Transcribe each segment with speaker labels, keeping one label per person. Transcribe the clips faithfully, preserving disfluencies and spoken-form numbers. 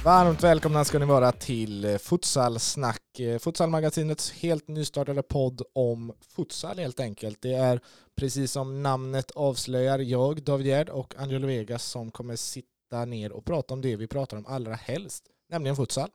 Speaker 1: Varmt välkomna ska ni vara till Futsalsnack, Futsalmagasinets helt nystartade podd om futsal helt enkelt. Det är precis som namnet avslöjar jag, David Gerd och Angelo Vegas som kommer sitta ner och prata om det vi pratar om allra helst, nämligen futsal.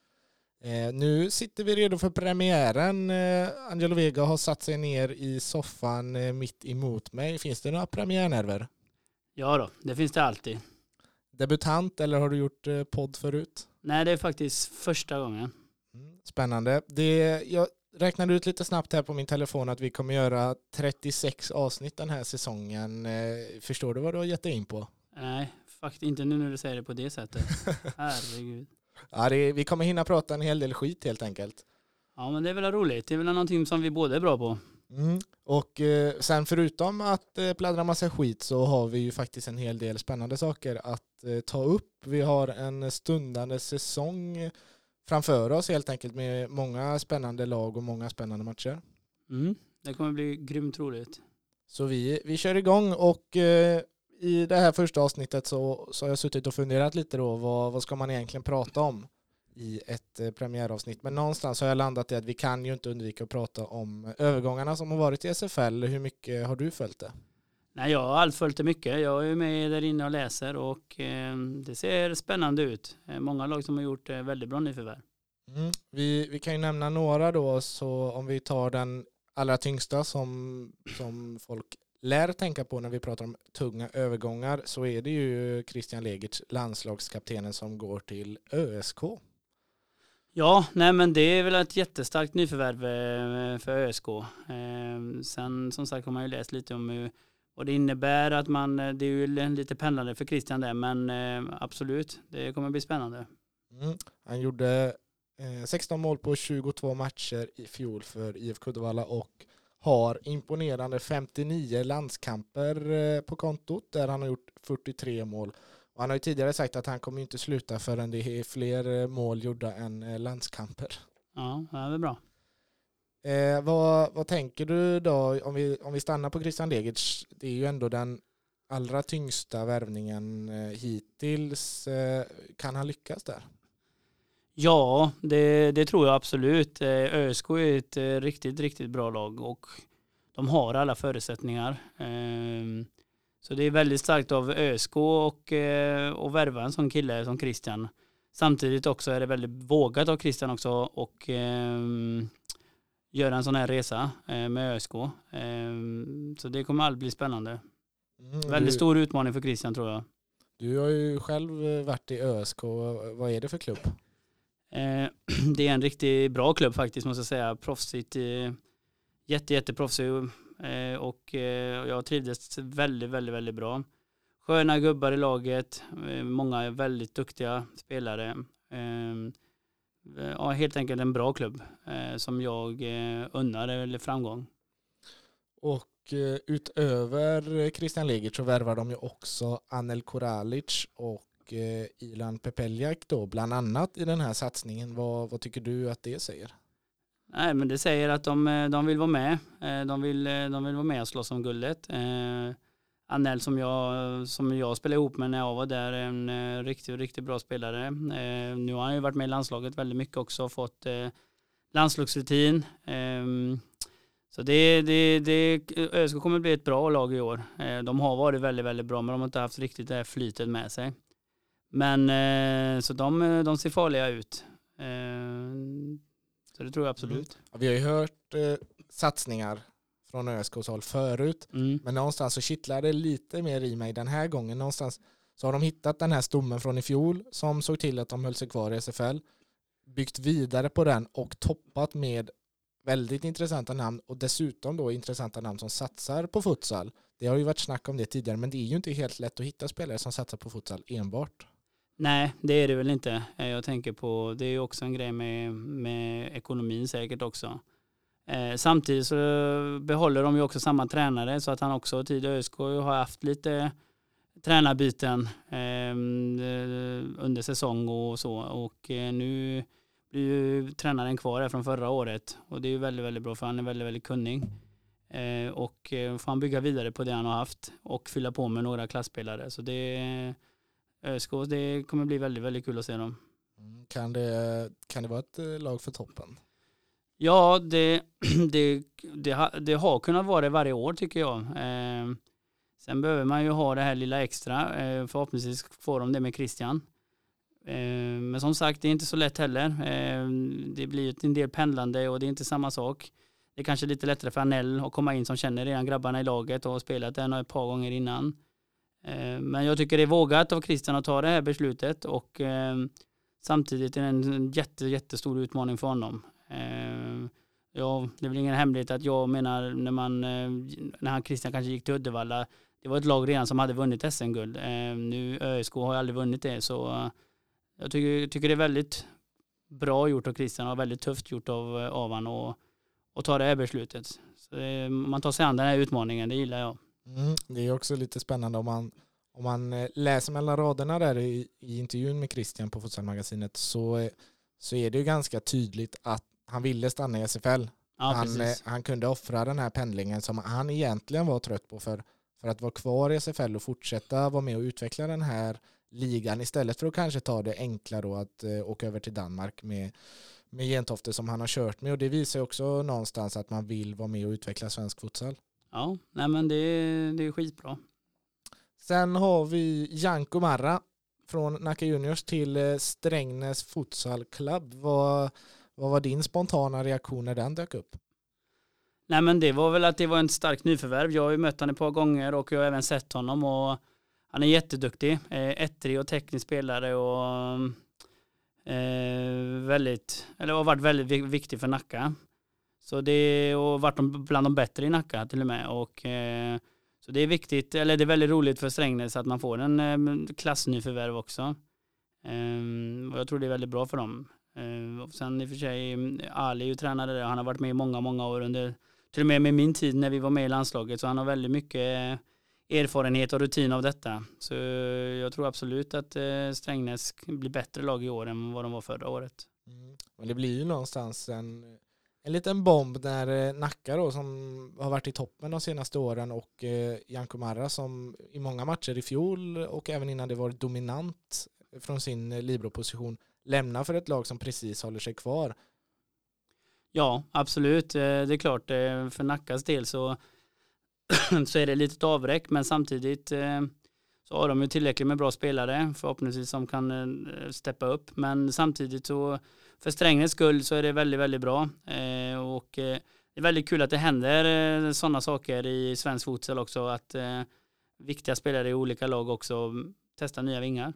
Speaker 1: Eh, nu sitter vi redo för premiären. Eh, Angelo Vega har satt sig ner i soffan eh, mitt emot mig. Finns det några premiärnerver?
Speaker 2: Ja då, det finns det alltid.
Speaker 1: Debutant eller har du gjort eh, podd förut?
Speaker 2: Nej, det är faktiskt första gången.
Speaker 1: Mm, spännande. Det, jag räknade ut lite snabbt här på min telefon att vi kommer göra trettiosex avsnitt den här säsongen. Eh, förstår du vad du har gett dig in på?
Speaker 2: Nej, faktiskt inte nu när du säger det på det sättet. Herregud.
Speaker 1: Ja, det, vi kommer hinna prata en hel del skit helt enkelt.
Speaker 2: Ja, men det är väl roligt. Det är väl någonting som vi båda är bra på.
Speaker 1: Mm. Och eh, sen förutom att eh, pladdra massa skit så har vi ju faktiskt en hel del spännande saker att eh, ta upp. Vi har en stundande säsong framför oss helt enkelt med många spännande lag och många spännande matcher.
Speaker 2: Mm. Det kommer bli grymt roligt.
Speaker 1: Så vi, vi kör igång och eh, i det här första avsnittet så, så har jag suttit och funderat lite då vad, vad ska man egentligen prata om i ett eh, premiäravsnitt. Men någonstans har jag landat i att vi kan ju inte undvika att prata om övergångarna som har varit i S F L. Hur mycket har du följt det?
Speaker 2: Nej, jag har allt följt det mycket. Jag är med där inne och läser och eh, det ser spännande ut. Eh, många lag som har gjort eh, väldigt bra nyförvärv.
Speaker 1: Mm. Vi, vi kan ju nämna några då, så om vi tar den allra tyngsta som, som folk lär tänka på när vi pratar om tunga övergångar, så är det ju Christian Legertz, landslagskaptenen, som går till Ö S K.
Speaker 2: Ja, nej men det är väl ett jättestarkt nyförvärv för Ö S K. Eh, sen som sagt har man ju läst lite om hur, och det innebär att man, det är ju lite pendlande för Christian där, men eh, absolut, det kommer bli spännande.
Speaker 1: Mm. Han gjorde eh, sexton mål på tjugotvå matcher i fjol för I F K Uddevalla och har imponerande femtionio landskamper eh, på kontot där han har gjort fyrtiotre mål. Och han har ju tidigare sagt att han kommer inte sluta förrän det är fler mål gjorda än landskamper.
Speaker 2: Ja, det är väl bra.
Speaker 1: Eh, vad, vad tänker du då om vi, om vi stannar på Christian Legertz? Det är ju ändå den allra tyngsta värvningen eh, hittills. Eh, kan han lyckas där?
Speaker 2: Ja, det, det tror jag absolut. Ö S K är ett eh, riktigt, riktigt bra lag och de har alla förutsättningar. Eh, Så det är väldigt starkt av Ö S K och, och värva en sån kille som Christian. Samtidigt också är det väldigt vågat av Christian också och eh, göra en sån här resa eh, med Ö S K. Eh, så det kommer allt bli spännande. Mm, väldigt du, stor utmaning för Christian tror jag.
Speaker 1: Du har ju själv varit i Ö S K. Vad är det för klubb?
Speaker 2: Eh, det är en riktigt bra klubb faktiskt måste jag säga. Proffsigt, eh, jätte, jätteproffsigt. Eh, och eh, jag trivdes väldigt, väldigt, väldigt bra. Sköna gubbar i laget, eh, många väldigt duktiga spelare. Eh, ja, helt enkelt en bra klubb eh, som jag eh, unnar eller framgång.
Speaker 1: Och eh, utöver Christian Legertz så värvar de ju också Anel Koralic och eh, Ilan Pepeljak då, bland annat i den här satsningen. Vad, vad tycker du att det säger?
Speaker 2: Nej, men det säger att de, de vill vara med. De vill, de vill vara med och slåss om guldet. Eh, Anel som jag, som jag spelade ihop med när jag var där är en eh, riktigt, riktigt bra spelare. Eh, nu har han ju varit med i landslaget väldigt mycket också och fått eh, landslagsrutin. Eh, så det, det, det Ö S K kommer bli ett bra lag i år. Eh, de har varit väldigt, väldigt bra men de har inte haft riktigt det här flytet med sig. Men eh, så de, de ser farliga ut. Eh, Så det tror jag absolut.
Speaker 1: Mm. Ja, vi har ju hört eh, satsningar från Ö S K:s håll förut. Mm. Men någonstans så kittlar det lite mer i mig den här gången. Någonstans så har de hittat den här stommen från i fjol som såg till att de höll sig kvar i S F L. Byggt vidare på den och toppat med väldigt intressanta namn. Och dessutom då intressanta namn som satsar på futsal. Det har ju varit snack om det tidigare men det är ju inte helt lätt att hitta spelare som satsar på futsal enbart.
Speaker 2: Nej, det är det väl inte. Jag tänker på, det är ju också en grej med, med ekonomin säkert också. Eh, samtidigt så behåller de ju också samma tränare så att han också tid i Ö S K har haft lite tränarbyten eh, under säsong och så. Och eh, nu blir ju tränaren kvar här från förra året och det är ju väldigt, väldigt bra för han är väldigt, väldigt kunnig. Eh, och eh, får han bygga vidare på det han har haft och fylla på med några klassspelare. Så det Ö S K, det kommer bli väldigt, väldigt kul att se dem.
Speaker 1: Mm. Kan, det, kan det vara ett lag för toppen?
Speaker 2: Ja, det, det, det, har, det har kunnat vara det varje år tycker jag. Eh, sen behöver man ju ha det här lilla extra. Eh, förhoppningsvis får de det med Christian. Eh, men som sagt, det är inte så lätt heller. Eh, det blir en del pendlande och det är inte samma sak. Det är kanske lite lättare för Anel att komma in som känner redan grabbarna i laget och har spelat den ett par gånger innan. Eh, men jag tycker det är vågat av Christian att ta det här beslutet och eh, samtidigt är det en jätte, jättestor utmaning för honom. Eh, ja, det är väl ingen hemlighet att jag menar när man eh, när han Christian kanske gick till Uddevalla, det var ett lag redan som hade vunnit S M-guld. Eh, nu ÖSK har ju aldrig vunnit det, så eh, jag tycker, tycker det är väldigt bra gjort av Christian och väldigt tufft gjort av, av han och, och ta det här beslutet. Så det, man tar sig an den här utmaningen, det gillar jag.
Speaker 1: Mm, det är också lite spännande om man, om man läser mellan raderna där i, i intervjun med Christian på Futsalmagasinet, så, så är det ju ganska tydligt att han ville stanna i S F L.
Speaker 2: Ja,
Speaker 1: han, han kunde offra den här pendlingen som han egentligen var trött på för, för att vara kvar i S F L och fortsätta vara med och utveckla den här ligan istället för att kanske ta det enkla då att uh, åka över till Danmark med, med Gentofte som han har kört med. Och det visar också någonstans att man vill vara med och utveckla svensk futsal.
Speaker 2: Ja, nej men det, det är skitbra.
Speaker 1: Sen har vi Janko Marra från Nacka Juniors till Strängnäs Futsal Club. Vad, vad var din spontana reaktion när den dök upp?
Speaker 2: Nej men det var väl att det var en stark nyförvärv. Jag har ju mött honom ett par gånger och jag har även sett honom och han är jätteduktig. Ettrig och teknisk spelare och eh, väldigt, eller har varit väldigt viktig för Nacka. Så det har varit bland de bättre i Nacka till och med. Och, eh, så det är viktigt, eller det är väldigt roligt för Strängnäs att man får en eh, klassnyförvärv också. Eh, och jag tror det är väldigt bra för dem. Eh, och sen i och för sig, Ali är ju tränare där. Han har varit med i många, många år under, till och med med min tid när vi var med i landslaget. Så han har väldigt mycket erfarenhet och rutin av detta. Så jag tror absolut att eh, Strängnäs blir bättre lag i år än vad de var förra året.
Speaker 1: Mm. Men det blir ju någonstans en... En liten bomb när Nacka då, som har varit i toppen de senaste åren och eh, Janko Marra som i många matcher i fjol och även innan det var dominant från sin libero-position lämnar för ett lag som precis håller sig kvar.
Speaker 2: Ja, absolut. Det är klart, för Nackas del så, så är det lite avräck, men samtidigt så har de ju tillräckligt med bra spelare förhoppningsvis som kan steppa upp. Men samtidigt så för Strängnäs skull så är det väldigt, väldigt bra. Och det är väldigt kul att det händer sådana saker i svensk futsal också, att viktiga spelare i olika lag också testar nya vingar.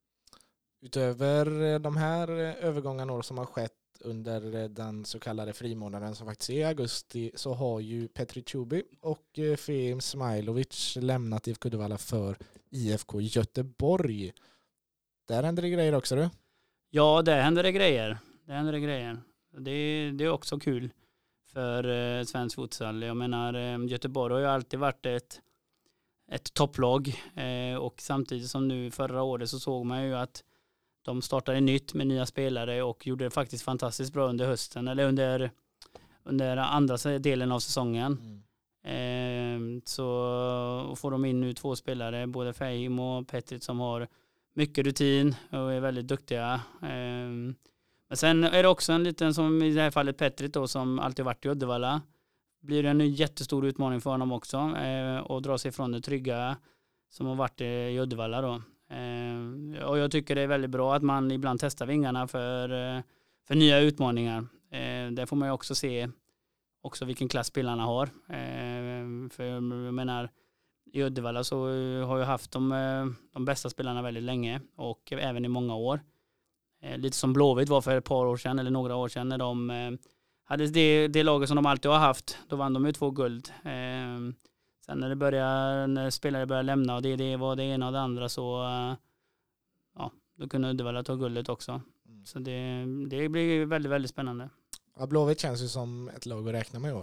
Speaker 1: Utöver de här övergångarna som har skett under den så kallade frimånaden som faktiskt är i augusti, så har ju Petri Chubi och Fehim Smailovic lämnat I F K Uddevalla för I F K Göteborg. Där händer det grejer också, du?
Speaker 2: Ja, där händer det grejer. Det händer det grejer. Det, det är också kul för eh, svensk futsal. Jag menar, eh, Göteborg har ju alltid varit ett, ett topplag. Eh, och samtidigt som nu förra året så såg man ju att de startade nytt med nya spelare och gjorde det faktiskt fantastiskt bra under hösten. Eller under, under andra delen av säsongen. Mm. Eh, så får de in nu två spelare, både Fehim och Petrit, som har mycket rutin och är väldigt duktiga. Eh, Men sen är det också en liten, som i det här fallet Petrit då, som alltid varit i Uddevalla. Blir det en jättestor utmaning för honom också. Eh, och dra sig från det trygga som har varit i Uddevalla då. Eh, och jag tycker det är väldigt bra att man ibland testar vingarna för, för nya utmaningar. Eh, där får man ju också se också vilken klass spelarna har. Eh, för jag menar, i Uddevalla så har jag haft de, de bästa spelarna väldigt länge och även i många år. Lite som Blåvitt var för ett par år sedan eller några år sedan när de eh, hade det, det laget som de alltid har haft. Då vann de ju två guld. Eh, sen när det började, när spelare började lämna och det, det var det ena och det andra, så eh, ja, då kunde Uddevalla ta guldet också. Mm. Så det, det blir väldigt, väldigt spännande.
Speaker 1: Ja, Blåvitt känns ju som ett lag att räkna med i år.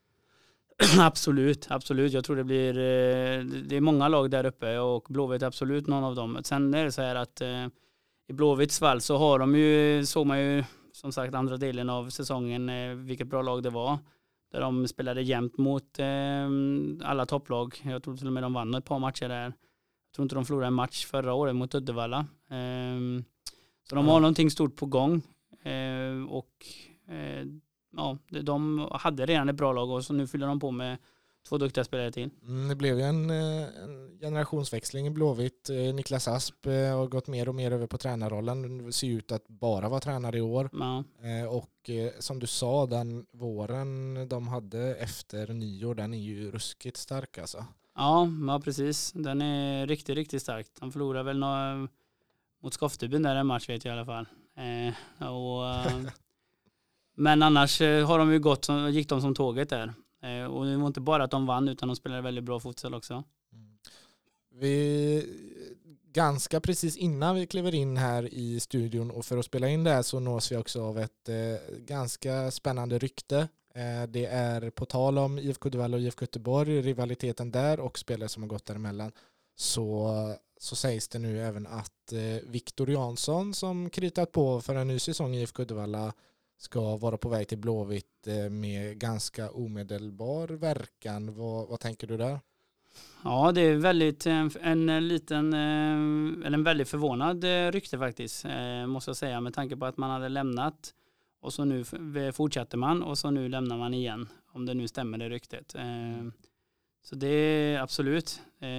Speaker 2: Absolut, absolut. Jag tror det blir eh, det är många lag där uppe och Blåvitt är absolut någon av dem. Sen är det så här att eh, i Blåvitts fall så har de ju, såg man ju som sagt andra delen av säsongen eh, vilket bra lag det var. Där de spelade jämnt mot eh, alla topplag. Jag tror till och med de vann ett par matcher där. Jag tror inte de förlorade en match förra året mot Uddevalla. Eh, Så de
Speaker 1: ja.
Speaker 2: har någonting stort på gång. Eh, och eh, ja, de hade redan ett bra lag och så nu fyller de på med två duktiga spelare till.
Speaker 1: Mm, det blev ju en, en generationsväxling i Blåvitt. Niklas Asp har gått mer och mer över på tränarrollen. Det ser ut att bara vara tränare i år.
Speaker 2: Ja.
Speaker 1: Och som du sa, den våren de hade efter nyår, den är ju ruskigt stark alltså.
Speaker 2: Ja, ja, precis. Den är riktigt, riktigt stark. De förlorar väl några, mot Skoftebyn där en match vet jag i alla fall. Eh, och, eh, men annars har de ju gått som, gick de som tåget där. Eh, och det var inte bara att de vann utan de spelade väldigt bra futsal också.
Speaker 1: Mm. Vi, ganska precis innan vi kliver in här i studion och för att spela in det här så nås vi också av ett eh, ganska spännande rykte. Eh, det är på tal om I F K Uddevalla och I F K Göteborg, rivaliteten där och spelare som har gått däremellan. Så, så sägs det nu även att eh, Viktor Jansson som kritat på för en ny säsong i I F K Uddevalla ska vara på väg till Blåvitt eh, med ganska omedelbar verkan. Vad, vad tänker du där?
Speaker 2: Ja, det är väldigt en, en liten eller en väldigt förvånad rykte faktiskt, måste jag säga, med tanke på att man hade lämnat och så nu fortsätter man och så nu lämnar man igen, om det nu stämmer det ryktet. Så det är absolut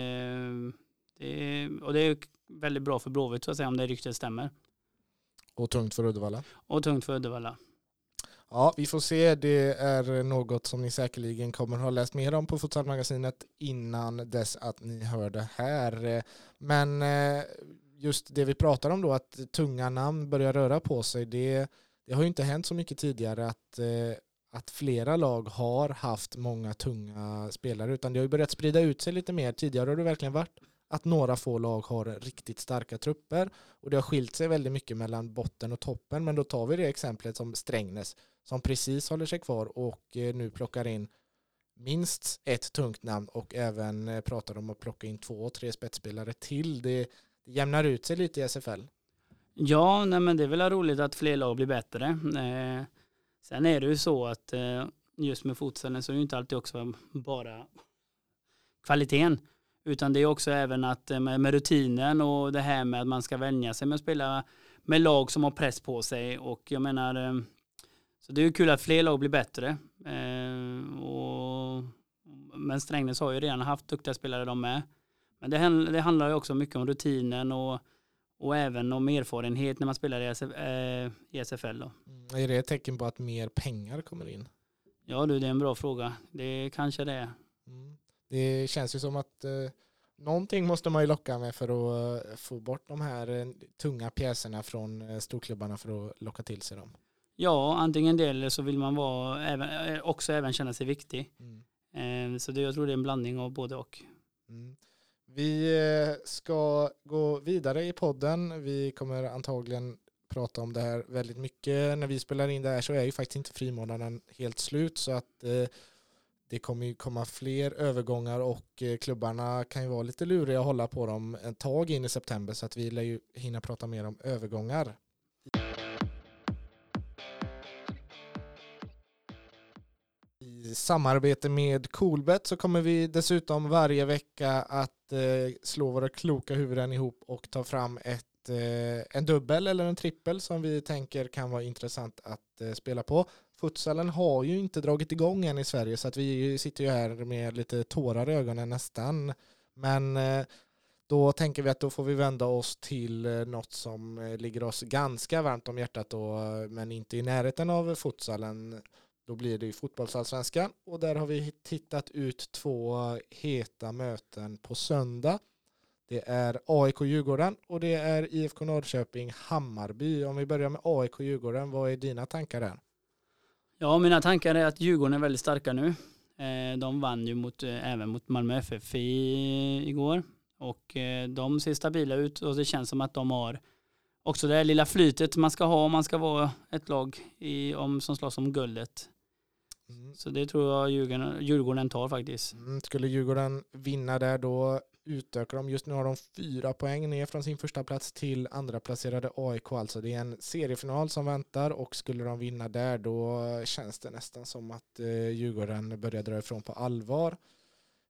Speaker 2: det är, och det är väldigt bra för Blåvitt så att säga om det ryktet stämmer.
Speaker 1: Och tungt för Uddevalla.
Speaker 2: Och tungt för Uddevalla.
Speaker 1: Ja, vi får se. Det är något som ni säkerligen kommer ha läst mer om på Futsalmagasinet innan dess att ni hör det här. Men just det vi pratar om då, att tunga namn börjar röra på sig, det, det har ju inte hänt så mycket tidigare att, att flera lag har haft många tunga spelare, utan det har ju börjat sprida ut sig lite mer. Tidigare har det verkligen varit att några få lag har riktigt starka trupper och det har skilt sig väldigt mycket mellan botten och toppen, men då tar vi det exemplet som Strängnäs som precis håller sig kvar och nu plockar in minst ett tungt namn och även pratar om att plocka in två, tre spetsspelare till. Det, det jämnar ut sig lite i S F L.
Speaker 2: Ja, nej, men det är väl roligt att fler lag blir bättre. Eh, sen är det ju så att eh, just med futsalen så är det inte alltid också bara kvaliteten. Utan det är också även att med, med rutinen och det här med att man ska vänja sig med att spela med lag som har press på sig. Och jag menar, så det är ju kul att fler lag blir bättre. Eh, och, men Strängnäs har ju redan haft duktiga spelare de med. Men det, det handlar ju också mycket om rutinen och, och även om erfarenhet när man spelar i, S F, eh, i S F L. Då.
Speaker 1: Mm, är det ett tecken på att mer pengar kommer in?
Speaker 2: Ja du, det är en bra fråga. Det kanske det är.
Speaker 1: Mm. Det känns ju som att eh, någonting måste man ju locka med för att eh, få bort de här eh, tunga pjäserna från eh, storklubbarna för att locka till sig dem.
Speaker 2: Ja, antingen det eller så vill man vara även, också även känna sig viktig. Mm. Eh, så det, jag tror det är en blandning av både och.
Speaker 1: Mm. Vi eh, ska gå vidare i podden. Vi kommer antagligen prata om det här väldigt mycket. När vi spelar in det här så är ju faktiskt inte frimånaden helt slut så att eh, det kommer ju komma fler övergångar och klubbarna kan ju vara lite luriga att hålla på dem en tag in i september så att vi lär ju hinna prata mer om övergångar. I samarbete med Coolbet så kommer vi dessutom varje vecka att eh, slå våra kloka huvuden ihop och ta fram ett, eh, en dubbel eller en trippel som vi tänker kan vara intressant att eh, spela på. Futsalen har ju inte dragit igång än i Sverige så att vi sitter ju här med lite tårar i ögonen nästan. Men eh, då tänker vi att då får vi vända oss till eh, något som eh, ligger oss ganska varmt om hjärtat då, men inte i närheten av futsalen. Då blir det ju fotbollsallsvenskan och där har vi tittat ut två heta möten på söndag. Det är A I K Djurgården och det är I F K Norrköping Hammarby. Om vi börjar med A I K Djurgården, vad är dina tankar där?
Speaker 2: Ja, mina tankar är att Djurgården är väldigt starka nu. De vann ju mot, även mot Malmö F F i, igår. Och de ser stabila ut och det känns som att de har också det lilla flytet man ska ha om man ska vara ett lag i, om, som slåss om guldet. Mm. Så det tror jag Djurgården, Djurgården tar faktiskt.
Speaker 1: Mm, skulle Djurgården vinna där då utökar de. Just nu har de fyra poäng ner från sin första plats till andra placerade A I K. Alltså det är en seriefinal som väntar och skulle de vinna där då känns det nästan som att eh, Djurgården börjar dra ifrån på allvar.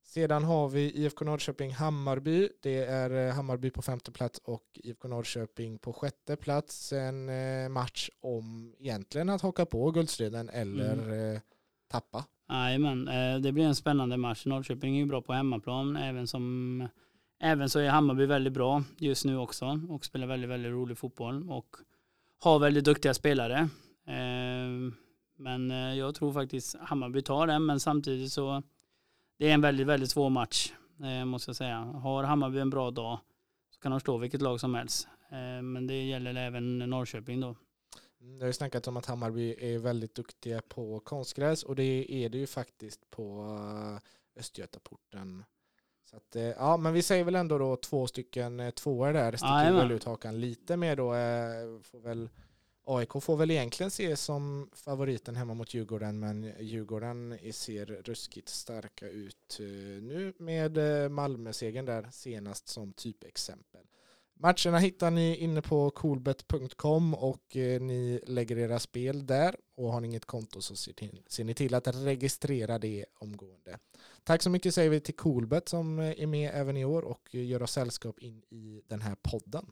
Speaker 1: Sedan har vi I F K Norrköping-Hammarby. Det är Hammarby på femte plats och I F K Norrköping på sjätte plats. En eh, match om egentligen att haka på guldstriden eller mm. eh, tappa.
Speaker 2: Nej, men eh, det blir en spännande match. Norrköping är ju bra på hemmaplan. Även, som, även så är Hammarby väldigt bra just nu också. Och spelar väldigt, väldigt rolig fotboll. Och har väldigt duktiga spelare. Eh, men eh, jag tror faktiskt Hammarby tar den. Men samtidigt så det är en väldigt, väldigt svår match, eh, måste jag säga. Har Hammarby en bra dag så kan de stå vilket lag som helst. Eh, men det gäller även Norrköping då.
Speaker 1: Det har ju snackat om att Hammarby är väldigt duktiga på konstgräs och det är det ju faktiskt på Östgötaporten. Så att, ja, men vi säger väl ändå då två stycken tvåor där. Sticker väl ut hakan lite mer då. Får väl, A I K får väl egentligen se som favoriten hemma mot Djurgården, men Djurgården ser ruskigt starka ut nu med Malmö-segern där senast som typexempel. Matcherna hittar ni inne på coolbet punkt com och eh, ni lägger era spel där, och har ni inget konto så ser, till, ser ni till att registrera det omgående. Tack så mycket säger vi till Coolbet som är med även i år och gör oss sällskap in i den här podden.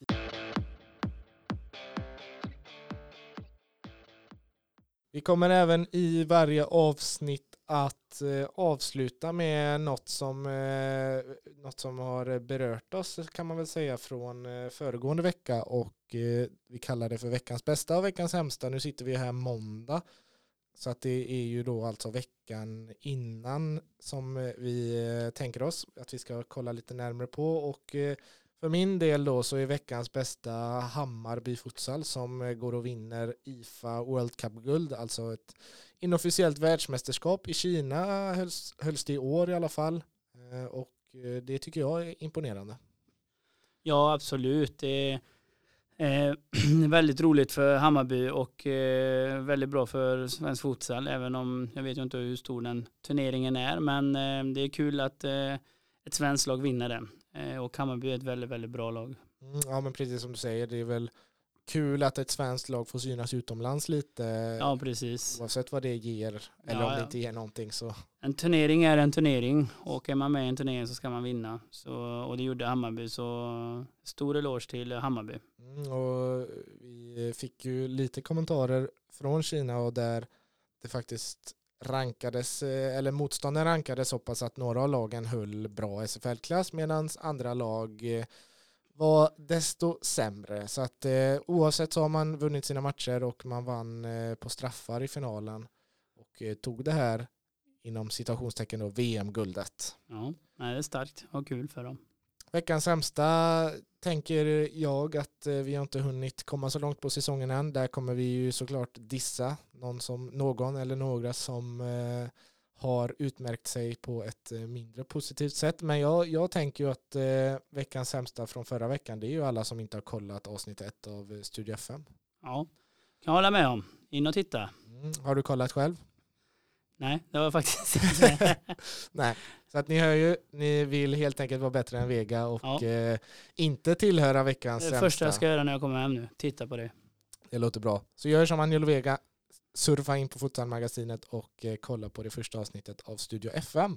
Speaker 1: Vi kommer även i varje avsnitt att eh, avsluta med något som, eh, något som har berört oss, kan man väl säga, från eh, föregående vecka, och eh, vi kallar det för veckans bästa och veckans sämsta. Nu sitter vi här måndag, så att det är ju då alltså veckan innan som vi eh, tänker oss att vi ska kolla lite närmare på, och eh, för min del då så är veckans bästa Hammarby Futsal som går och vinner I F A World Cup-guld, alltså ett inofficiellt världsmästerskap i Kina hölls, hölls det i år i alla fall, och det tycker jag är imponerande.
Speaker 2: Ja, absolut. Det är eh, väldigt roligt för Hammarby och eh, väldigt bra för svensk futsal, även om jag vet ju inte hur stor den turneringen är, men eh, det är kul att eh, ett svenskt lag vinner den. Och Hammarby är ett väldigt, väldigt bra lag.
Speaker 1: Mm, ja, men precis som du säger, det är väl kul att ett svenskt lag får synas utomlands lite.
Speaker 2: Ja, precis.
Speaker 1: Oavsett vad det ger, eller ja, om det ja. inte ger någonting. Så.
Speaker 2: En turnering är en turnering, och är man med i en turnering så ska man vinna. Så, och det gjorde Hammarby, så stor eloge till Hammarby.
Speaker 1: Mm, och vi fick ju lite kommentarer från Kina, och där det faktiskt rankades, eller motståndaren rankades så pass att några av lagen höll bra S F L-klass medan andra lag var desto sämre. Så att eh, oavsett så har man vunnit sina matcher, och man vann eh, på straffar i finalen och eh, tog det här inom citationstecken då V M-guldet.
Speaker 2: Ja, det är starkt och kul för dem.
Speaker 1: Veckans sämsta tänker jag att eh, vi har inte hunnit komma så långt på säsongen än. Där kommer vi ju såklart dissa någon, som, någon eller några som eh, har utmärkt sig på ett eh, mindre positivt sätt. Men jag, jag tänker ju att eh, veckans sämsta från förra veckan, det är ju alla som inte har kollat avsnitt ett av Studio F M.
Speaker 2: Ja, kan jag hålla med om. In och titta.
Speaker 1: Mm. Har du kollat själv?
Speaker 2: Nej, det var faktiskt inte.
Speaker 1: Nej, så att ni hör ju, ni vill helt enkelt vara bättre än Vega och ja. eh, inte tillhöra veckans sämsta.
Speaker 2: Det första jag ska göra när jag kommer hem nu, titta på det.
Speaker 1: Det låter bra. Så gör som Angelo Vega, surfa in på Futsalmagasinet och eh, kolla på det första avsnittet av Studio F M.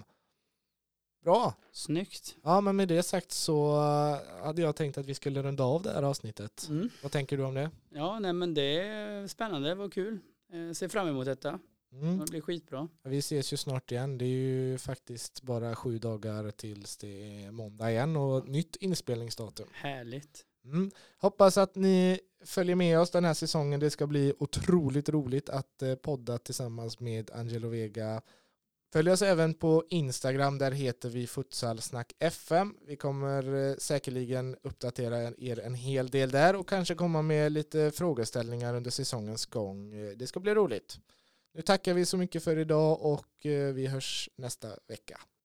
Speaker 1: Bra.
Speaker 2: Snyggt.
Speaker 1: Ja, men med det sagt så hade jag tänkt att vi skulle runda av det här avsnittet. Mm. Vad tänker du om det?
Speaker 2: Ja, nej, men det är spännande, det var kul. Eh, ser fram emot detta. Mm. Det blir skitbra.
Speaker 1: Vi ses ju snart igen. Det är ju faktiskt bara sju dagar tills det är måndag igen och nytt inspelningsdatum.
Speaker 2: Härligt.
Speaker 1: Mm. Hoppas att ni följer med oss den här säsongen. Det ska bli otroligt roligt att podda tillsammans med Angelo Vega. Följ oss även på Instagram, där heter vi Futsalsnack F M. Vi kommer säkerligen uppdatera er en hel del där och kanske komma med lite frågeställningar under säsongens gång. Det ska bli roligt. Nu tackar vi så mycket för idag och vi hörs nästa vecka.